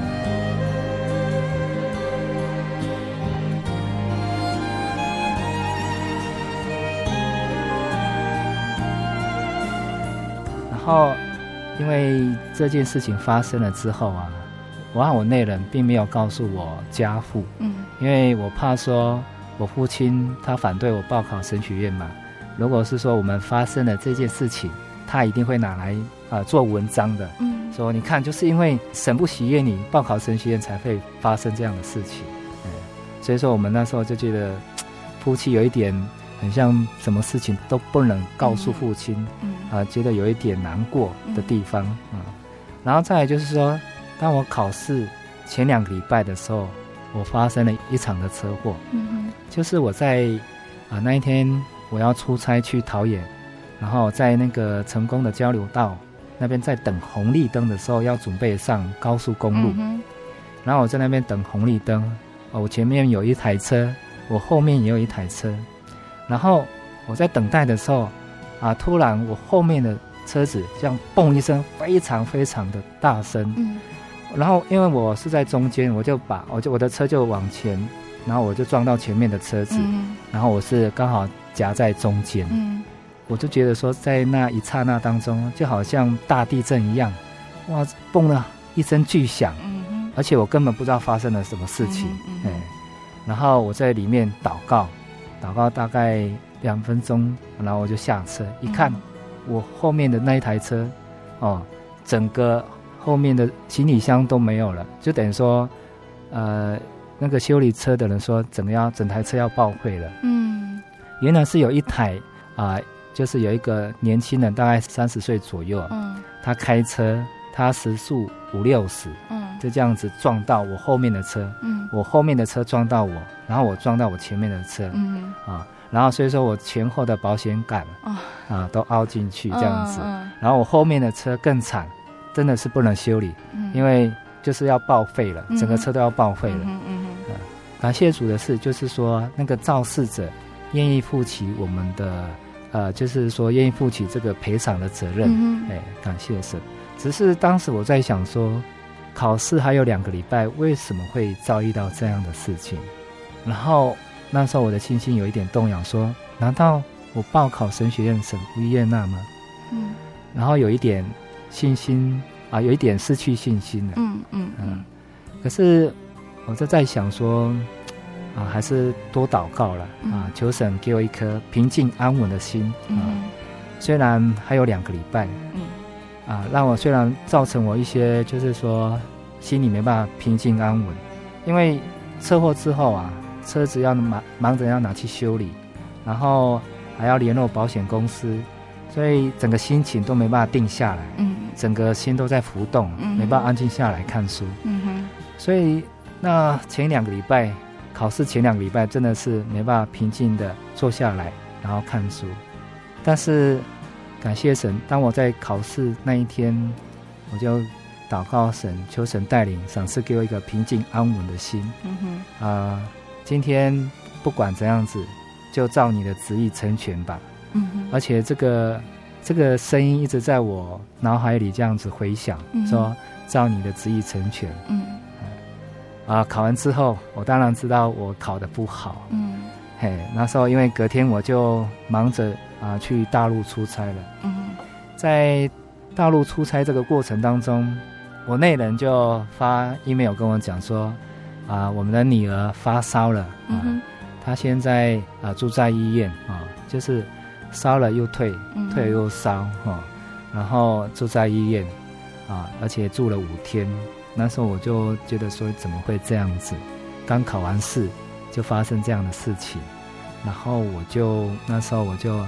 然后，因为这件事情发生了之后啊，我和我内人并没有告诉我家父，嗯，因为我怕说我父亲他反对我报考神学院嘛。如果是说我们发生了这件事情，他一定会拿来啊、呃、做文章的，嗯。说你看，就是因为神不喜悦你报考神学院，才会发生这样的事情。嗯，所以说我们那时候就觉得夫妻有一点很像什么事情都不能告诉父亲，嗯，啊、呃，觉得有一点难过的地方啊、嗯。然后再来就是说，当我考试前两个礼拜的时候，我发生了一场的车祸。嗯，就是我在啊、呃、那一天我要出差去桃园，然后在那个成功的交流道那边在等红绿灯的时候，要准备上高速公路，嗯、然后我在那边等红绿灯，哦，我前面有一台车，我后面也有一台车，然后我在等待的时候，啊，突然我后面的车子这样嘣一声，非常非常的大声，嗯，然后因为我是在中间，我就把我就我的车就往前，然后我就撞到前面的车子，嗯、然后我是刚好夹在中间，嗯。我就觉得说，在那一刹那当中，就好像大地震一样，哇，蹦了一声巨响，嗯，而且我根本不知道发生了什么事情，嗯嗯、然后我在里面祷告，祷告大概两分钟，然后我就下车，一看，嗯、我后面的那一台车，哦，整个后面的行李箱都没有了，就等于说，呃，那个修理车的人说，整个要整台车要报废了，嗯，原来是有一台啊。呃就是有一个年轻人，大概三十岁左右，嗯，他开车，他时速五六十，嗯，就这样子撞到我后面的车，嗯，我后面的车撞到我，然后我撞到我前面的车，嗯，啊，然后所以说我前后的保险杆，哦、啊，都凹进去这样子，嗯嗯、然后我后面的车更惨，真的是不能修理，嗯、因为就是要报废了，嗯、整个车都要报废了，嗯嗯嗯、啊，感谢主的是，就是说那个肇事者愿意负起我们的。呃，就是说愿意负起这个赔偿的责任，嗯、哎，感谢神。只是当时我在想说，考试还有两个礼拜，为什么会遭遇到这样的事情？然后那时候我的信心有一点动摇，说，难道我报考神学院神不悦纳吗？嗯，然后有一点信心啊，有一点失去信心了。嗯嗯嗯。可是我就在想说。啊，还是多祷告了啊！求神给我一颗平静安稳的心啊！嗯、虽然还有两个礼拜，嗯，啊，让我虽然造成我一些，就是说心里没办法平静安稳，因为车祸之后啊，车子要忙忙着要拿去修理，然后还要联络保险公司，所以整个心情都没办法定下来，嗯，整个心都在浮动，嗯，没办法安静下来看书，嗯哼，所以那前两个礼拜。考试前两个礼拜真的是没办法平静的坐下来，然后看书。但是感谢神，当我在考试那一天，我就祷告神，求神带领，赏赐给我一个平静安稳的心。嗯哼，啊、呃，今天不管怎样子，就照你的旨意成全吧。嗯哼，而且这个这个声音一直在我脑海里这样子回响，嗯、说照你的旨意成全。嗯。啊，考完之后，我当然知道我考得不好。嗯，嘿，那时候因为隔天我就忙着啊去大陆出差了。嗯，在大陆出差这个过程当中，我内人就发 email 跟我讲说，啊，我们的女儿发烧了，啊，嗯、她现在啊住在医院啊，就是烧了又退，嗯、退了又烧，哈，然后住在医院，啊，而且住了五天。那时候我就觉得说怎么会这样子，刚考完试就发生这样的事情，然后我就那时候我就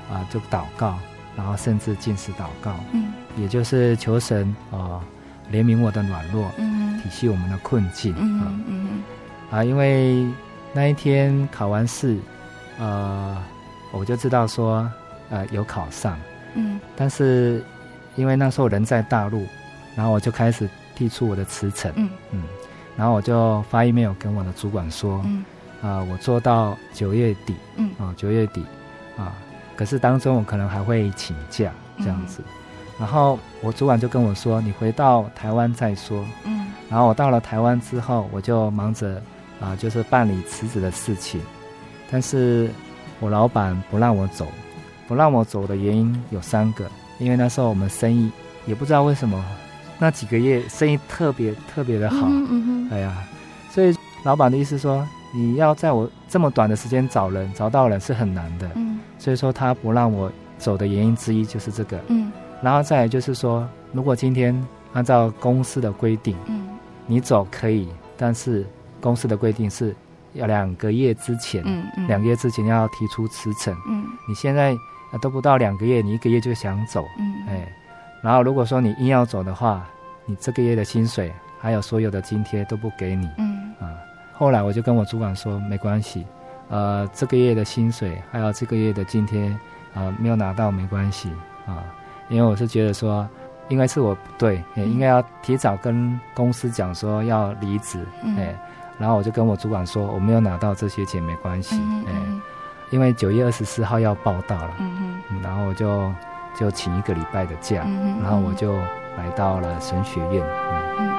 啊、呃、就祷告，然后甚至禁食祷告， 嗯， 也就是求神啊、呃、怜悯我的软弱， 嗯， 体恤我们的困境， 嗯嗯嗯啊，因为那一天考完试，呃，我就知道说呃有考上， 嗯，但是因为那时候人在大陆，然后我就开始提出我的辞呈， 嗯嗯，然后我就发 email 跟我的主管说， 嗯， 啊、呃，我做到九月底， 嗯， 啊、呃，九月底，啊，可是当中我可能还会请假这样子，嗯、然后我主管就跟我说，你回到台湾再说， 嗯， 然后我到了台湾之后，我就忙着啊、呃，就是办理辞职的事情，但是我老板不让我走，不让我走的原因有三个，因为那时候我们生意也不知道为什么。那几个月生意特别特别的好， 嗯嗯嗯， 哎呀，所以老板的意思说，你要在我这么短的时间找人，找到人是很难的， 嗯， 所以说他不让我走的原因之一就是这个， 嗯， 然后再来就是说，如果今天按照公司的规定， 嗯， 你走可以，但是公司的规定是要两个月之前， 嗯嗯， 两个月之前要提出辞呈， 嗯， 你现在都不到两个月，你一个月就想走， 嗯， 哎。然后如果说你硬要走的话，你这个月的薪水还有所有的津贴都不给你， 嗯啊，后来我就跟我主管说没关系，呃，这个月的薪水还有这个月的津贴啊、呃、没有拿到没关系啊，因为我是觉得说，应该是我不对，也应该要提早跟公司讲说要离职， 嗯、 哎，然后我就跟我主管说我没有拿到这些钱没关系， 嗯、 哎，因为九月二十四号要报到了， 嗯嗯，然后我就。就请一个礼拜的假， 嗯、 然后我就来到了神学院。嗯嗯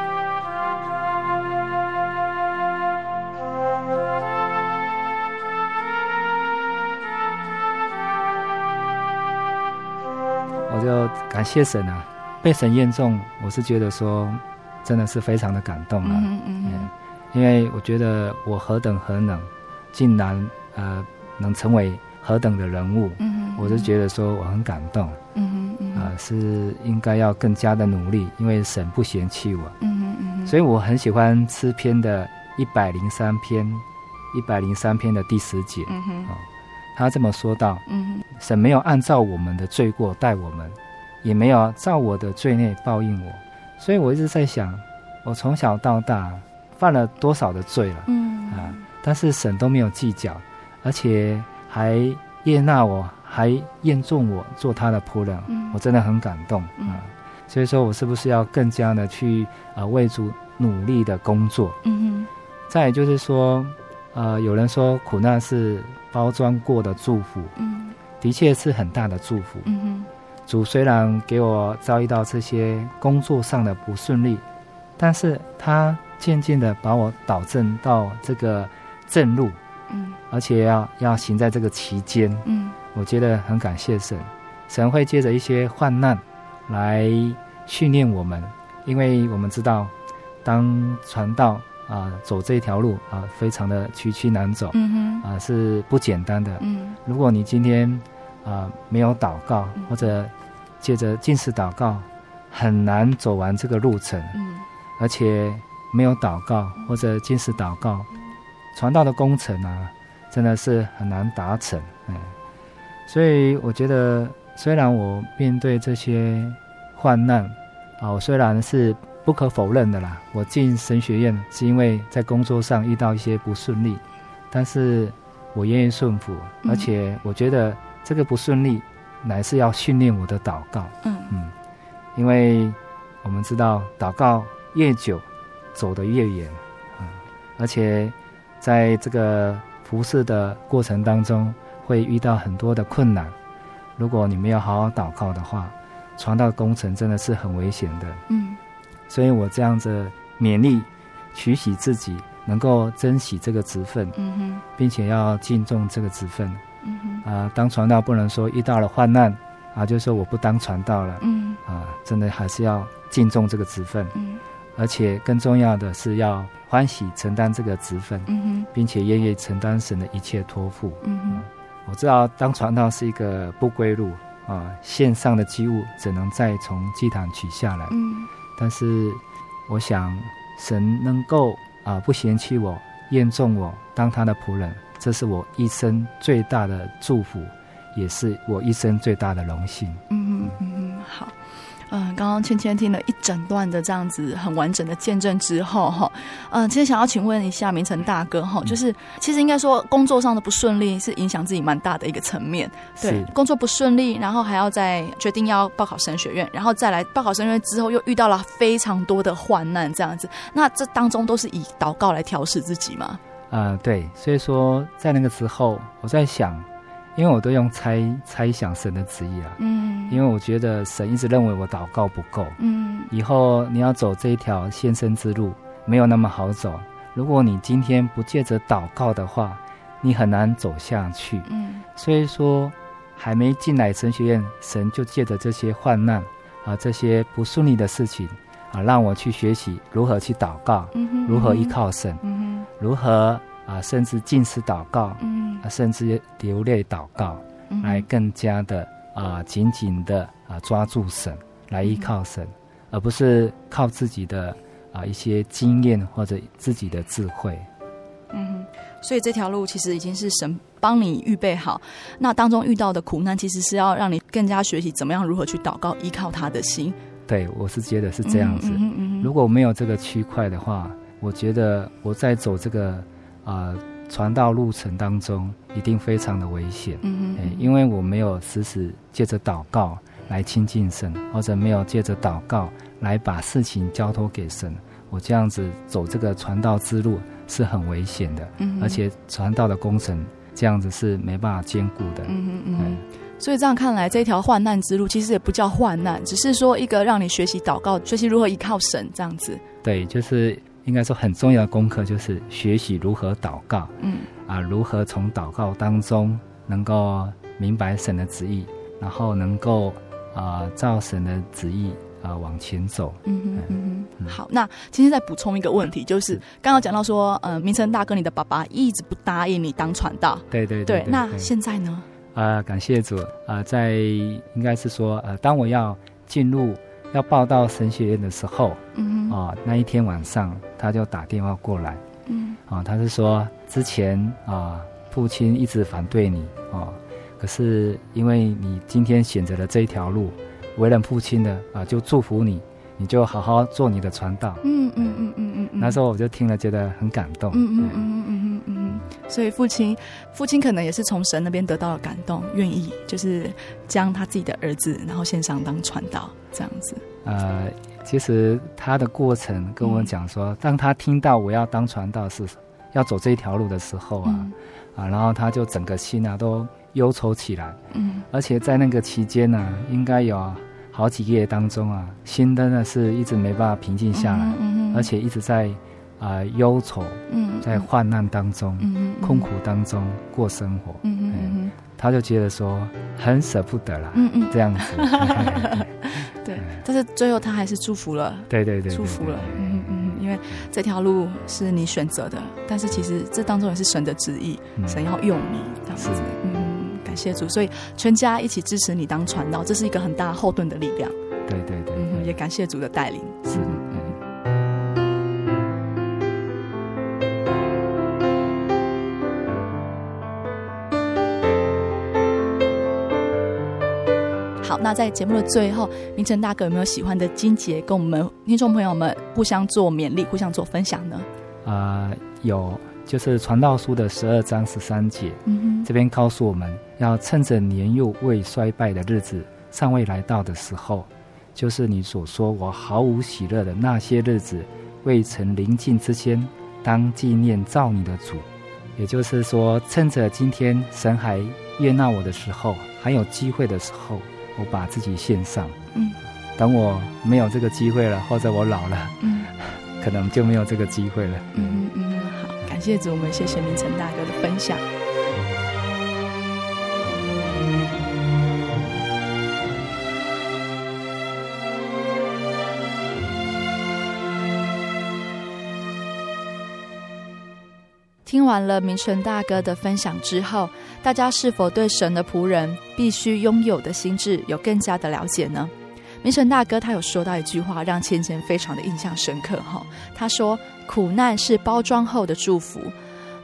我就感谢神啊，被神验中，我是觉得说真的是非常的感动啊。 嗯嗯嗯， 因为我觉得我何等何能，竟然呃能成为何等的人物， 嗯， 我就觉得说我很感动， 嗯嗯啊、呃，是应该要更加的努力，因为神不嫌弃我， 嗯嗯， 所以我很喜欢诗篇的一百零三篇，一百零三篇的第十节， 嗯哼， 哦，他这么说道， 嗯， 神没有按照我们的罪过待我们，也没有照我的罪孽报应我，所以我一直在想，我从小到大犯了多少的罪了， 嗯啊，但是神都没有计较，而且还悦纳我，还验中我做他的仆人， 嗯， 我真的很感动， 嗯， 啊，所以说我是不是要更加的去啊、呃、为主努力的工作？ 嗯， 再来就是说，呃，有人说苦难是包装过的祝福， 嗯， 的确是很大的祝福， 嗯， 主虽然给我遭遇到这些工作上的不顺利，但是他渐渐的把我导正到这个正路， 嗯， 而且要要行在这个期间， 嗯， 我觉得很感谢神，神会借着一些患难来训练我们，因为我们知道，当传道啊、呃、走这条路啊、呃，非常的崎岖难走， 嗯啊、呃、是不简单的， 嗯， 如果你今天啊、呃、没有祷告， 嗯、 或者借着禁食祷告，很难走完这个路程， 嗯， 而且没有祷告或者禁食祷告，传道的工程啊，真的是很难达成，嗯，所以我觉得，虽然我面对这些患难啊，我虽然是不可否认的啦，我进神学院是因为在工作上遇到一些不顺利，但是我愿意顺服，而且我觉得这个不顺利乃是要训练我的祷告， 嗯嗯，因为我们知道祷告越久走得越远，嗯，而且在这个服事的过程当中会遇到很多的困难，如果你没有好好祷告的话，传道工程真的是很危险的， 嗯， 所以我这样子勉励取喜自己能够珍惜这个职分， 嗯哼， 并且要敬重这个职分， 嗯哼， 啊、呃，当传道不能说遇到了患难啊，就说我不当传道了， 嗯， 啊，真的还是要敬重这个职分， 嗯， 而且更重要的是要欢喜承担这个职分， 嗯哼， 并且愿意承担神的一切托付， 嗯哼， 嗯，我知道当传道是一个不归路啊，线上的祭物只能再从祭坛取下来， 嗯， 但是我想神能够啊不嫌弃我，验中我当他的仆人，这是我一生最大的祝福， 也是我一生最大的荣幸。 嗯嗯嗯，好。嗯，刚刚芊芊听了一整段的这样子很完整的见证之后哈，嗯，其实想要请问一下明成大哥哈，就是其实应该说工作上的不顺利是影响自己蛮大的一个层面，对，工作不顺利，然后还要再决定要报考神学院，然后再来报考神学院之后又遇到了非常多的患难这样子，那这当中都是以祷告来调试自己吗？ 呃，对，所以说在那个时候我在想，因为我都用猜猜想神的旨意啦，嗯，因为我觉得神一直认为我祷告不够，嗯，以后你要走这一条献身之路没有那么好走，如果你今天不借着祷告的话，你很难走下去，嗯，所以说还没进来神学院，神就借着这些患难啊，这些不顺利的事情啊，让我去学习如何去祷告，嗯，如何依靠神，嗯，如何啊，甚至禁食祷告，嗯，啊，甚至流泪祷告，嗯，来更加的啊紧紧的啊抓住神，来依靠神，嗯，而不是靠自己的啊一些经验或者自己的智慧。 嗯，所以这条路其实已经是神帮你预备好，那当中遇到的苦难其实是要让你更加学习怎么样如何去祷告，依靠他的心。 对，我是觉得是这样子，嗯嗯嗯，如果没有这个区块的话，我觉得我在走这个啊、呃、传道路程当中一定非常的危险，嗯嗯，因为我没有时时借着祷告来亲近神，或者没有借着祷告来把事情交托给神，我这样子走这个传道之路是很危险的，嗯，而且传道的工程这样子是没办法兼顾的，嗯嗯嗯。 所以这样看来，这条患难之路其实也不叫患难，只是说一个让你学习祷告，学习如何依靠神这样子。 对，就是应该说很重要的功课就是学习如何祷告，嗯啊，如何从祷告当中能够明白神的旨意，然后能够啊、呃、照神的旨意啊、呃、往前走。嗯哼嗯哼。好，那今天再补充一个问题，就是刚刚讲到说，呃，明成大哥，你的爸爸一直不答应你当传道。 对对 对, 对, 对。 那现在呢？ 呃，感谢主，呃，在应该是说，呃，当我要进入要报到神学院的时候，嗯，哦、呃，那一天晚上他就打电话过来，嗯，啊、呃，他是说之前啊、呃，父亲一直反对你，哦、呃，可是因为你今天选择了这一条路，为人父亲的啊、呃，就祝福你，你就好好做你的传道，嗯嗯嗯嗯嗯，那时候我就听了觉得很感动，嗯嗯嗯嗯嗯嗯。 所以父亲父亲可能也是从神那边得到了感动，愿意就是将他自己的儿子然后献上当传道这样子。 呃，其实他的过程跟我讲说、嗯、当他听到我要当传道是要走这一条路的时候啊、嗯、啊，然后他就整个心啊都忧愁起来，嗯，而且在那个期间呢、啊、应该有好几个月当中啊，心真的是一直没办法平静下来，嗯嗯，而且一直在啊、呃、忧愁，嗯，在患难当中，嗯嗯，痛苦当中过生活，嗯嗯嗯，他就觉得说很舍不得啦，嗯嗯，这样子， 对，但是最后他还是祝福了， 对对 对, 对， 祝福了，嗯嗯，因为这条路是你选择的，但是其实这当中也是神的旨意，嗯、神要用你这样子，嗯，感谢主，所以全家一起支持你当传道，这是一个很大后盾的力量， 对对 对, 对、 嗯，也感谢主的带领， 是。嗯好，那在节目的最后，明成大哥有没有喜欢的经节跟我们听众朋友们互相做勉励，互相做分享呢？ 呃，有，就是传道书的十二章十三节，嗯，这边告诉我们要趁着年幼未衰败的日子尚未来到的时候，就是你所说我毫无喜乐的那些日子未曾临近之前，当纪念造你的主。也就是说，趁着今天神还悦纳我的时候，还有机会的时候，我把自己献上，嗯，等我没有这个机会了，或者我老了，嗯，可能就没有这个机会了。 嗯嗯，好，感谢主，我们谢谢明成大哥的分享。听完了明成大哥的分享之后，大家是否对神的仆人必须拥有的心志有更加的了解呢？明成大哥他有说到一句话，让芊芊非常的印象深刻。他说苦难是包装后的祝福。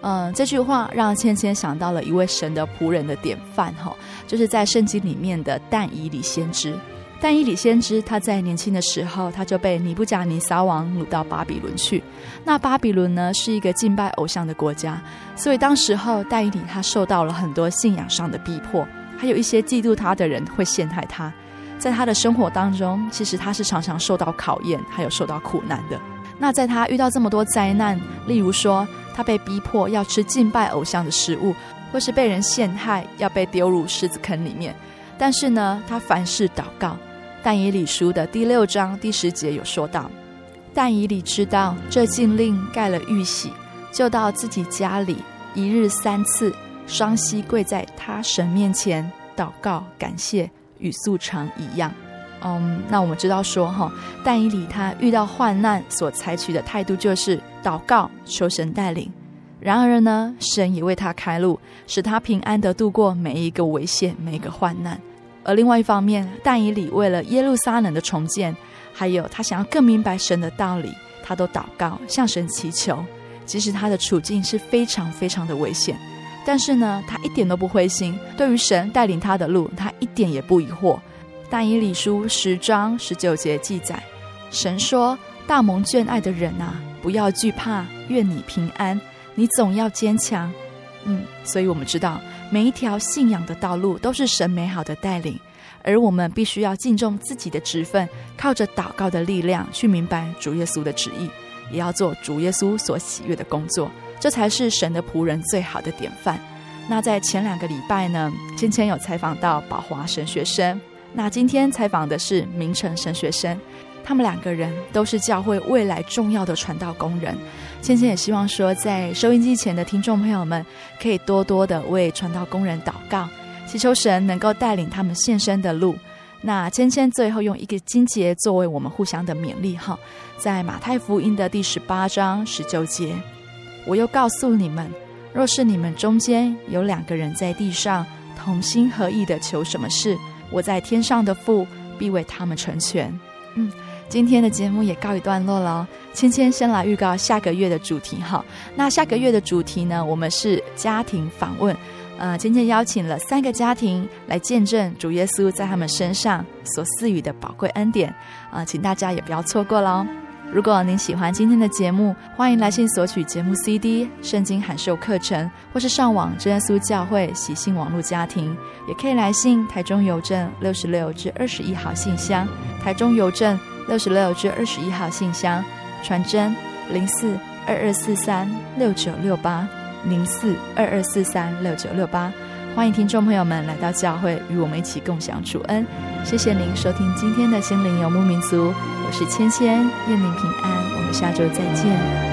嗯，这句话让芊芊想到了一位神的仆人的典范，就是在圣经里面的但以理先知。但以理先知他在年轻的时候，他就被尼布甲尼撒王掳到巴比伦去。那巴比伦呢是一个敬拜偶像的国家，所以当时候但以理他受到了很多信仰上的逼迫，还有一些嫉妒他的人会陷害他。在他的生活当中，其实他是常常受到考验，还有受到苦难的。那在他遇到这么多灾难，例如说他被逼迫要吃敬拜偶像的食物，或是被人陷害要被丢入狮子坑里面，但是呢他凡事祷告。但以理书的第六章第十节有说到，但以理知道这禁令盖了玉玺，就到自己家里一日三次双膝跪在他神面前祷告感谢，与素常一样。嗯，那我们知道说哈，但以理他遇到患难所采取的态度就是祷告求神带领，然而呢神也为他开路，使他平安地度过每一个危险每一个患难。而另外一方面，但以理为了耶路撒冷的重建，还有他想要更明白神的道理，他都祷告向神祈求。即使他的处境是非常非常的危险，但是呢他一点都不灰心，对于神带领他的路他一点也不疑惑。但以理书十章十九节记载，神说，大蒙眷爱的人啊，不要惧怕，愿你平安，你总要坚强。嗯，所以我们知道每一条信仰的道路都是神美好的带领，而我们必须要敬重自己的职分，靠着祷告的力量去明白主耶稣的旨意，也要做主耶稣所喜悦的工作，这才是神的仆人最好的典范。那在前两个礼拜呢，芊芊有采访到宝华神学生，那今天采访的是明成神学生，他们两个人都是教会未来重要的传道工人。芊芊也希望说，在收音机前的听众朋友们可以多多的为传道工人祷告，祈求神能够带领他们献身的路。那芊芊最后用一个经节作为我们互相的勉励哈，在马太福音的第十八章十九节，我又告诉你们，若是你们中间有两个人在地上同心合意的求什么事，我在天上的父必为他们成全。嗯，今天的节目也告一段落了，芊芊先来预告下个月的主题哈。那下个月的主题呢，我们是家庭访问。呃，芊芊邀请了三个家庭来见证主耶稣在他们身上所赐予的宝贵恩典，呃，请大家也不要错过咯。如果您喜欢今天的节目，欢迎来信索取节目 C D、 圣经函授课程，或是上网真耶稣教会喜信网络家庭，也可以来信台中邮政六十六至二十一号信箱，台中邮政六十六至二十一号信箱，传真零四二二四三六九六八零四二二四三六九六八。欢迎听众朋友们来到教会，与我们一起共享主恩。谢谢您收听今天的心灵游牧民族，我是芊芊，愿您平安，我们下周再见。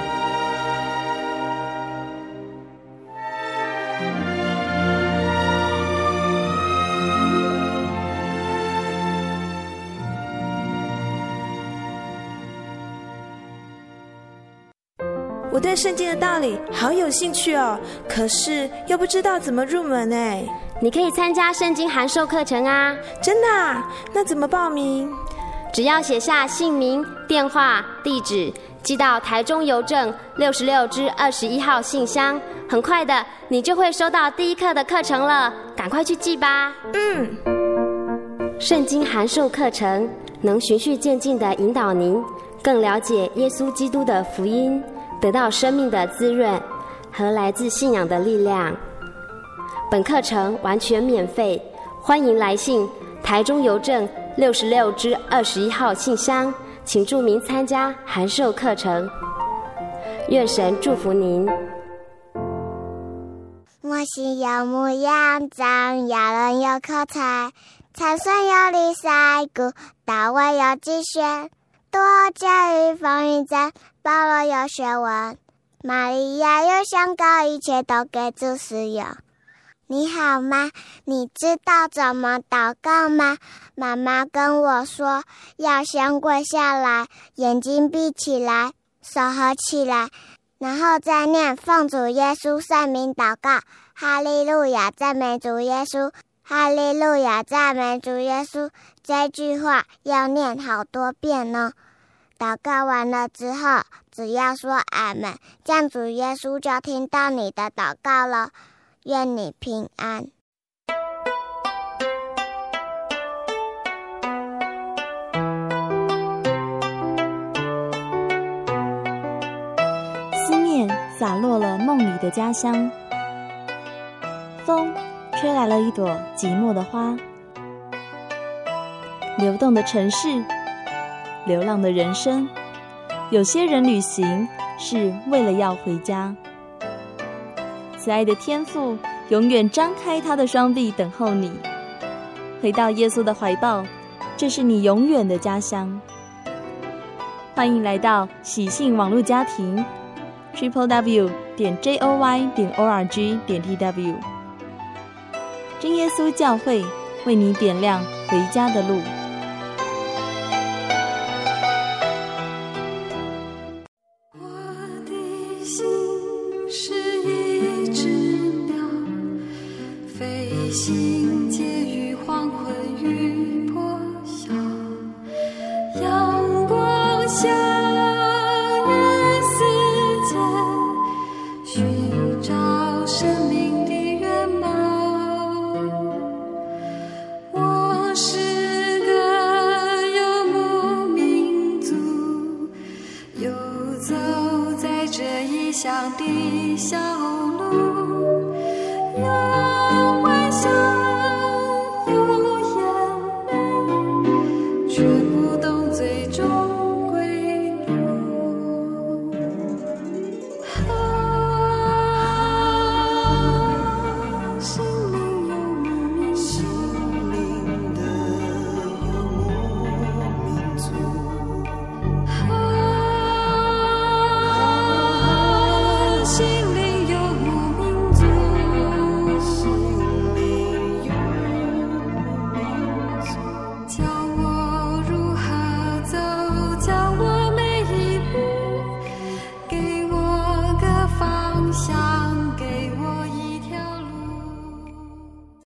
我对圣经的道理好有兴趣哦，可是又不知道怎么入门哎。 你可以参加圣经函授课程啊。 真的啊？那怎么报名？ 只要写下姓名、电话、地址，寄到台中邮政六十六至二十一号信箱，很快的你就会收到第一课的课程了，赶快去寄吧。 嗯。 圣经函授课程能循序渐进地引导您更了解耶稣基督的福音，得到生命的滋润和来自信仰的力量。本课程完全免费，欢迎来信台中邮政六十六至二十一号信箱，请注明参加函授课程。愿神祝福您。 我是游牧羊长，有人有口才，才算有理赛谷，大卫有机学，多加与风雨战，保罗有学问，玛利亚有香膏，一切都给主使用。你好吗？你知道怎么祷告吗？妈妈跟我说，要先跪下来，眼睛闭起来，手合起来，然后再念奉主耶稣圣名祷告，哈利路亚，赞美主耶稣，哈利路亚，赞美主耶稣。这句话要念好多遍呢。 祷告完了之后，只要说阿们，这样主耶稣就听到你的祷告了。愿你平安。 思念洒落了梦里的家乡，风吹来了一朵寂寞的花。流动的城市，流浪的人生，有些人旅行是为了要回家。慈爱的天父永远张开他的双臂等候你，回到耶稣的怀抱，这是你永远的家乡。欢迎来到喜信网络家庭 triple w 点 j o y 点 o r g 点 t w， 真耶稣教会为你点亮回家的路。 行介于黄昏与